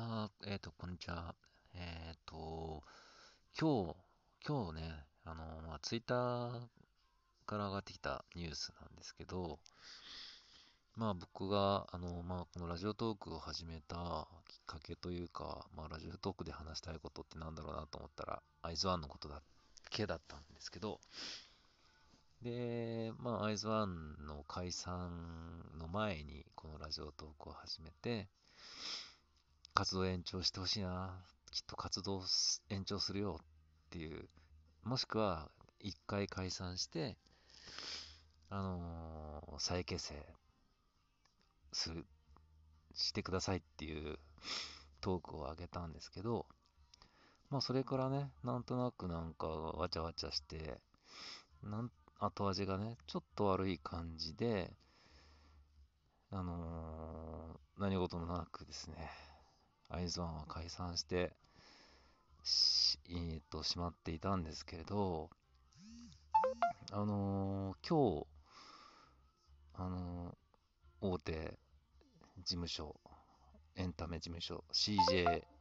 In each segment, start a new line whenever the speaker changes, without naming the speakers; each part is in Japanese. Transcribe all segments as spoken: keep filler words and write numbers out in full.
あー、えっと、こんにちは。えっと、今日、今日ね、あの、まあ、ツイッターから上がってきたニュースなんですけど、まあ、僕が、あの、まあ、このラジオトークを始めたきっかけというか、まあ、ラジオトークで話したいことってなんだろうなと思ったら、アイズワンのことだけだったんですけど、で、まあ、アイズワンの解散の前に、このラジオトークを始めて、活動延長してほしいな。きっと活動延長するよっていう、もしくは一回解散して、あのー再結成する、してくださいっていうトークを上げたんですけど、まあそれからね、なんとなくなんかわちゃわちゃして、なん後味がね、ちょっと悪い感じで、あのー何事もなくですね、アイズワンは解散してし、えーと、しまっていたんですけれど、あのー今日、あのー大手事務所、エンタメ事務所、シージェー、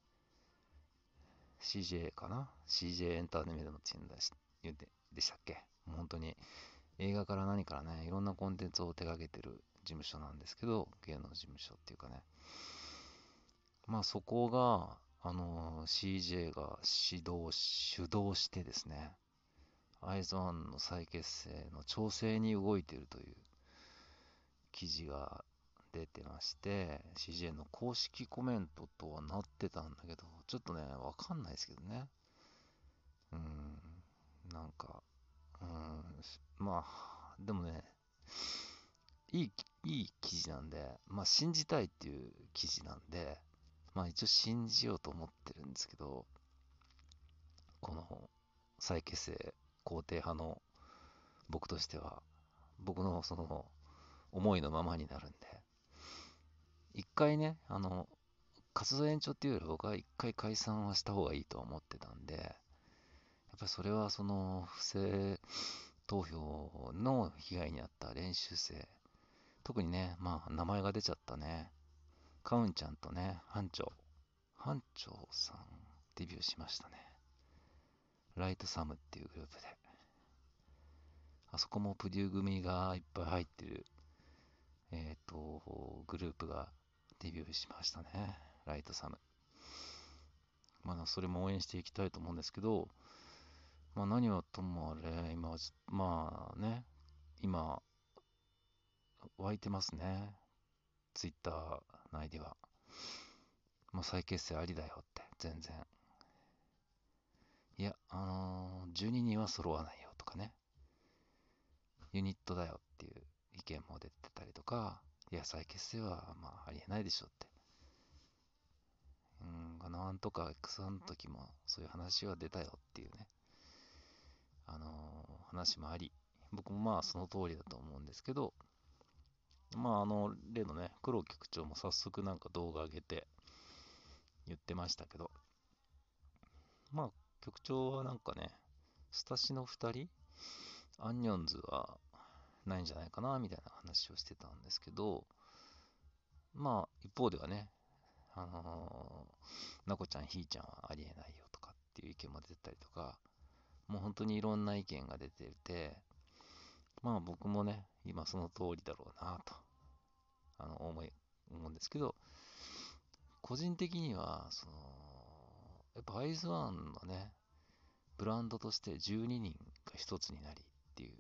シージェー かな ?シージェー エンターテイメントっていうんだし、言うてでしたっけ。もう本当に映画から何からね、いろんなコンテンツを手掛けてる事務所なんですけど、芸能事務所っていうかね。まあそこが、あのー シージェー が指導、主導してですね、アイズワンの再結成の調整に動いているという記事が出てまして、シージェー の公式コメントとはなってたんだけど、ちょっとね、わかんないですけどね。うん、なんか、うん、まあ、でもね、いい、いい記事なんで、まあ信じたいっていう記事なんで、まあ一応信じようと思ってるんですけど、この再結成肯定派の僕としては、僕のその思いのままになるんで、一回ね、あの、活動延長っていうより僕は一回解散はした方がいいとは思ってたんで、やっぱりそれはその不正投票の被害に遭った練習生、特にね、まあ名前が出ちゃったね、カウンちゃんとね、班長、班長さんデビューしましたね。ライトサムっていうグループで。あそこもプデュー組がいっぱい入ってる、えっと、グループがデビューしましたね。ライトサム。まあそれも応援していきたいと思うんですけど、まあ何はともあれ、今はまあね、今湧いてますね。ツイッター内では。まあ再結成ありだよって、全然。いや、あのー、じゅうににんは揃わないよとかね。ユニットだよっていう意見も出てたりとか、いや、再結成はまあありえないでしょって。うん、なんとか X の時もそういう話は出たよっていうね、あのー話もあり、僕もまあその通りだと思うんですけど、まああの、例のね、黒局長も早速なんか動画上げて言ってましたけど、まあ局長はなんかね、スタシのふたり、アンニョンズはないんじゃないかなみたいな話をしてたんですけど、まあ一方ではね、あのー、なこちゃん、ひーちゃんはありえないよとかっていう意見も出てたりとか、もう本当にいろんな意見が出てて、まあ僕もね、今その通りだろうなと、あの、思い、思うんですけど、個人的には、その、やっぱアイズワンのね、ブランドとしてじゅうににんが一つになりっていう、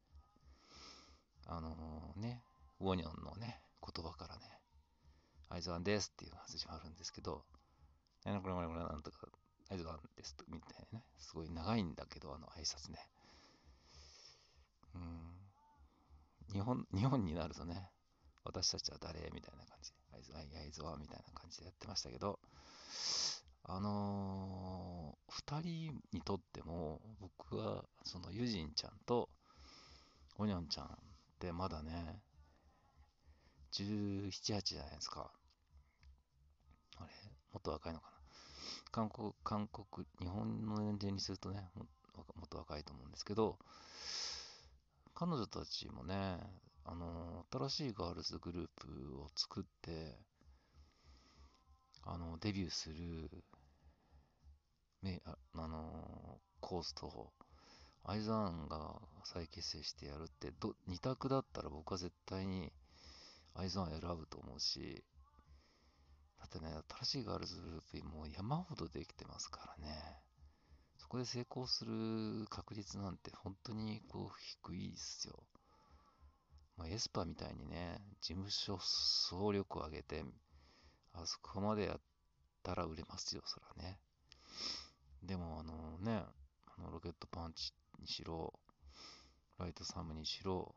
あのね、ウォニョンのね、言葉からね、アイズワンですっていうのが始まるんですけど、これこれこれなんとか、アイズワンですみたいなね、すごい長いんだけど、あの挨拶ね。うん、日本、日本になるとね、私たちは誰みたいな感じで、アイズワン、アイズワンみたいな感じでやってましたけど、あのー、二人にとっても、僕は、そのユジンちゃんとオニョンちゃんってまだね、じゅうなな、はちじゃないですか。あれ、もっと若いのかな。韓国、韓国、日本の年齢にするとね、ももっと若いと思うんですけど、彼女たちもね、あのー新しいガールズグループを作って、 あのデビューするめあ、あのコースとアイズワンが再結成してやるってどに択だったら僕は絶対にアイズワン選ぶと思うし、だってね、新しいガールズグループもう山ほどできてますからね。そこで成功する確率なんて本当にこう低いですよ。まあ、エスパーみたいにね、事務所総力を挙げて、あそこまでやったら売れますよ、そらね。でもあのね、あのロケットパンチにしろ、ライトサムにしろ、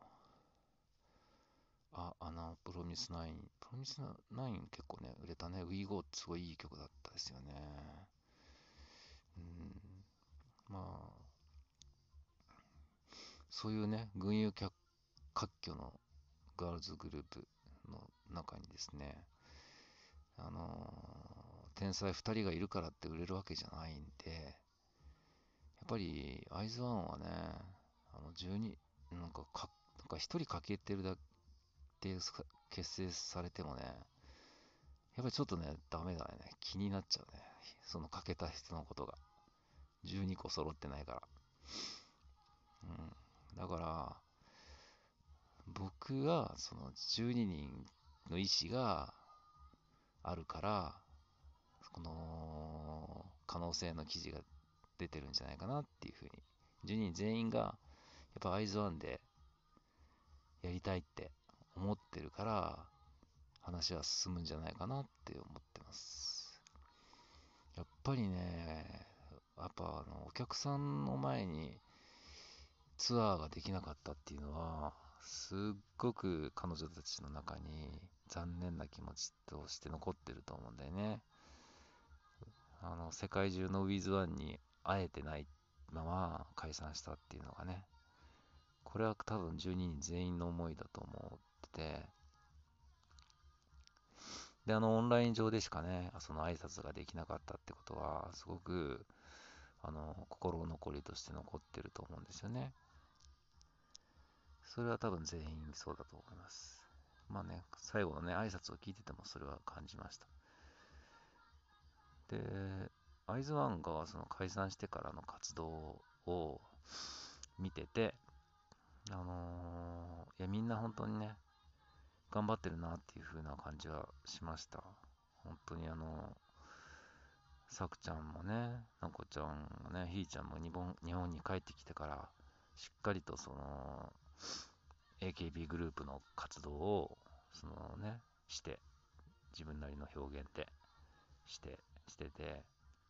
あ、あの、プロミスナイン、プロミスナイン結構ね、売れたね。ウィーゴーってすごいいい曲だったですよね。うん、まあ、そういうね、群雄割拠のガールズグループの中にですね、あのー天才ふたりがいるからって売れるわけじゃないんで、やっぱりアイズワンはね、あのじゅうに、なんかか、なんかひとり欠けてるだけで結成されてもね、やっぱりちょっとね、ダメだね。気になっちゃうね。その欠けた人のことが。じゅうにこ揃ってないから。うん。だから、僕はそのじゅうににんの意思があるから、この可能性の記事が出てるんじゃないかなっていうふうに。じゅうににん全員がやっぱアイズワンでやりたいって思ってるから話は進むんじゃないかなって思ってます。やっぱりね、やっぱあのお客さんの前にツアーができなかったっていうのはすっごく彼女たちの中に残念な気持ちとして残ってると思うんだよね。あの世界中のウィズワンに会えてないまま解散したっていうのがね、これは多分じゅうににん全員の思いだと思ってて、であのオンライン上でしかねその挨拶ができなかったってことはすごくあの心残りとして残ってると思うんですよね。それは多分全員そうだと思います。まあね、最後のね挨拶を聞いててもそれは感じました。でアイズワンがその解散してからの活動を見てて、あのーいやみんな本当にね頑張ってるなっていう風な感じはしました。本当にあのさくちゃんもね、なこちゃんもね、ひーちゃんも日本日本に帰ってきてからしっかりとその エーケービー グループの活動をそのねして自分なりの表現でしてしてて、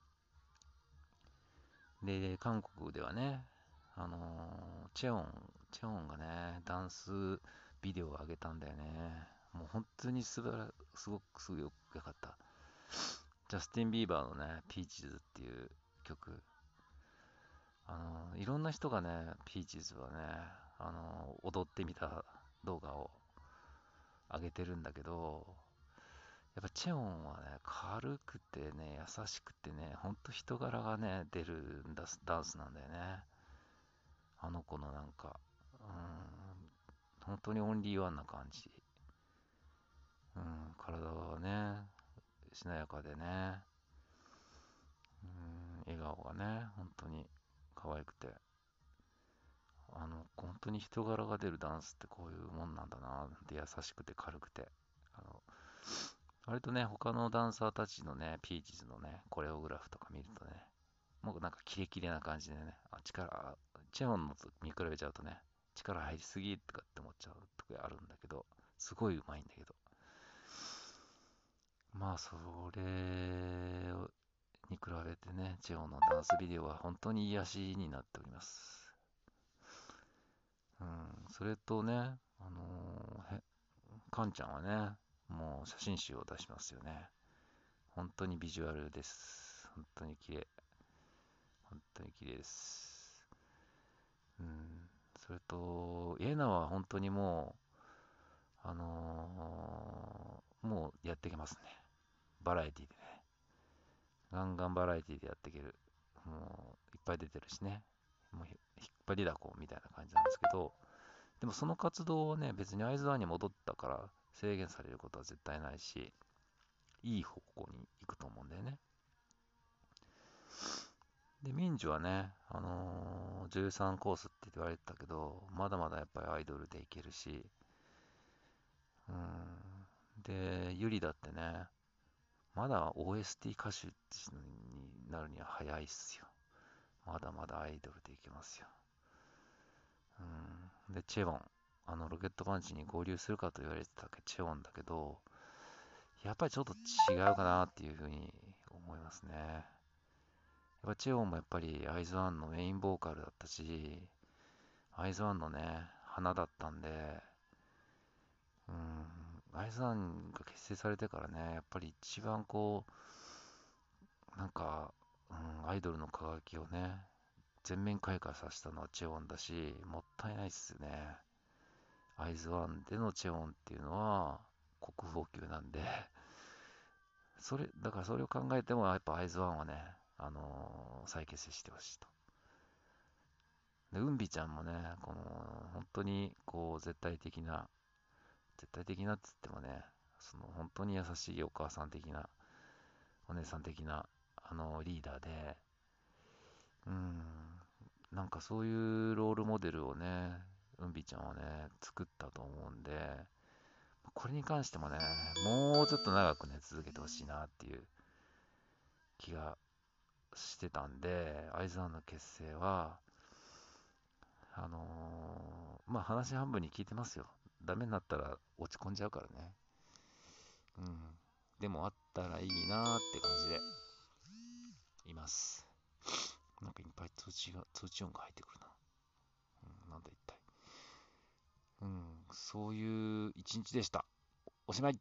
で韓国ではね、あのーチェオンチェオンがねダンスビデオを上げたんだよね。もう本当にすばらすごくすごいよかった。ジャスティン・ビーバーのね、ピーチズっていう曲。あの、いろんな人がね、ピーチズはね、あの、踊ってみた動画を上げてるんだけど、やっぱチェオンはね、軽くてね、優しくてね、ほんと人柄がね、出るんだダンスなんだよね。あの子のなんか、うん、本当にオンリーワンな感じ。うん、体がね、しなやかでね、うん、笑顔がね、本当に可愛くて、あの、本当に人柄が出るダンスってこういうもんなんだなって優しくて軽くて。あの、割とね、他のダンサーたちのね、ピーチズのね、コレオグラフとか見るとね、もうなんかキレキレな感じでね、あ、力、チェオンのと見比べちゃうとね、力入りすぎとかって思っちゃうとこあるんだけど、すごい上手いんだけど。まあ、それに比べてね、チェオンのダンスビデオは本当に癒しになっております。うん、それとね、あのーへカンちゃんはね、もう写真集を出しますよね。本当にビジュアルです。本当に綺麗。本当に綺麗です。うん。それと、エナは本当にもう、あのーもうやっていけますね。バラエティでね。ガンガンバラエティでやっていける。もう、いっぱい出てるしね。もうひ引っ張りだこみたいな感じなんですけど、でもその活動をね、別にアイズワンに戻ったから制限されることは絶対ないし、 いい方向に行くと思うんだよね。で、民主はね、あのー、じゅうさんコースって言われてたけど、まだまだやっぱりアイドルでいけるし、うん。で、ユリだってね、まだ オーエスティー 歌手になるには早いっすよ。まだまだアイドルでいけますよ。うん。で、チェウォン。あの、ロケットパンチに合流するかと言われてたチェウォンだけど、やっぱりちょっと違うかなっていうふうに思いますね。やっぱチェウォンもやっぱりアイズワンのメインボーカルだったし、アイズワンのね、花だったんで、うん、アイズワンが結成されてからね、やっぱり一番こう、なんか、うん、アイドルの輝きをね、全面開花させたのはチェウォンだし、もったいないっすね。アイズワンでのチェウォンっていうのは国宝級なんで、それ、だからそれを考えてもやっぱアイズワンはね、あのー再結成してほしいと。で、ウンビちゃんもね、この、本当にこう絶対的な、絶対的なっつってもね、その本当に優しいお母さん的な、お姉さん的な、あのリーダーで、うん、なんかそういうロールモデルをね、うんびちゃんはね、作ったと思うんで、これに関してもね、もうちょっと長くね、続けてほしいなっていう気がしてたんで、アイズワンの結成は、あのーまあ話半分に聞いてますよ。ダメになったら落ち込んじゃうからね。うん。でもあったらいいなーって感じでいます。なんかいっぱい通知が、通知音が入ってくるな。うん、なんだ一体。うん、そういう一日でした。おしまい。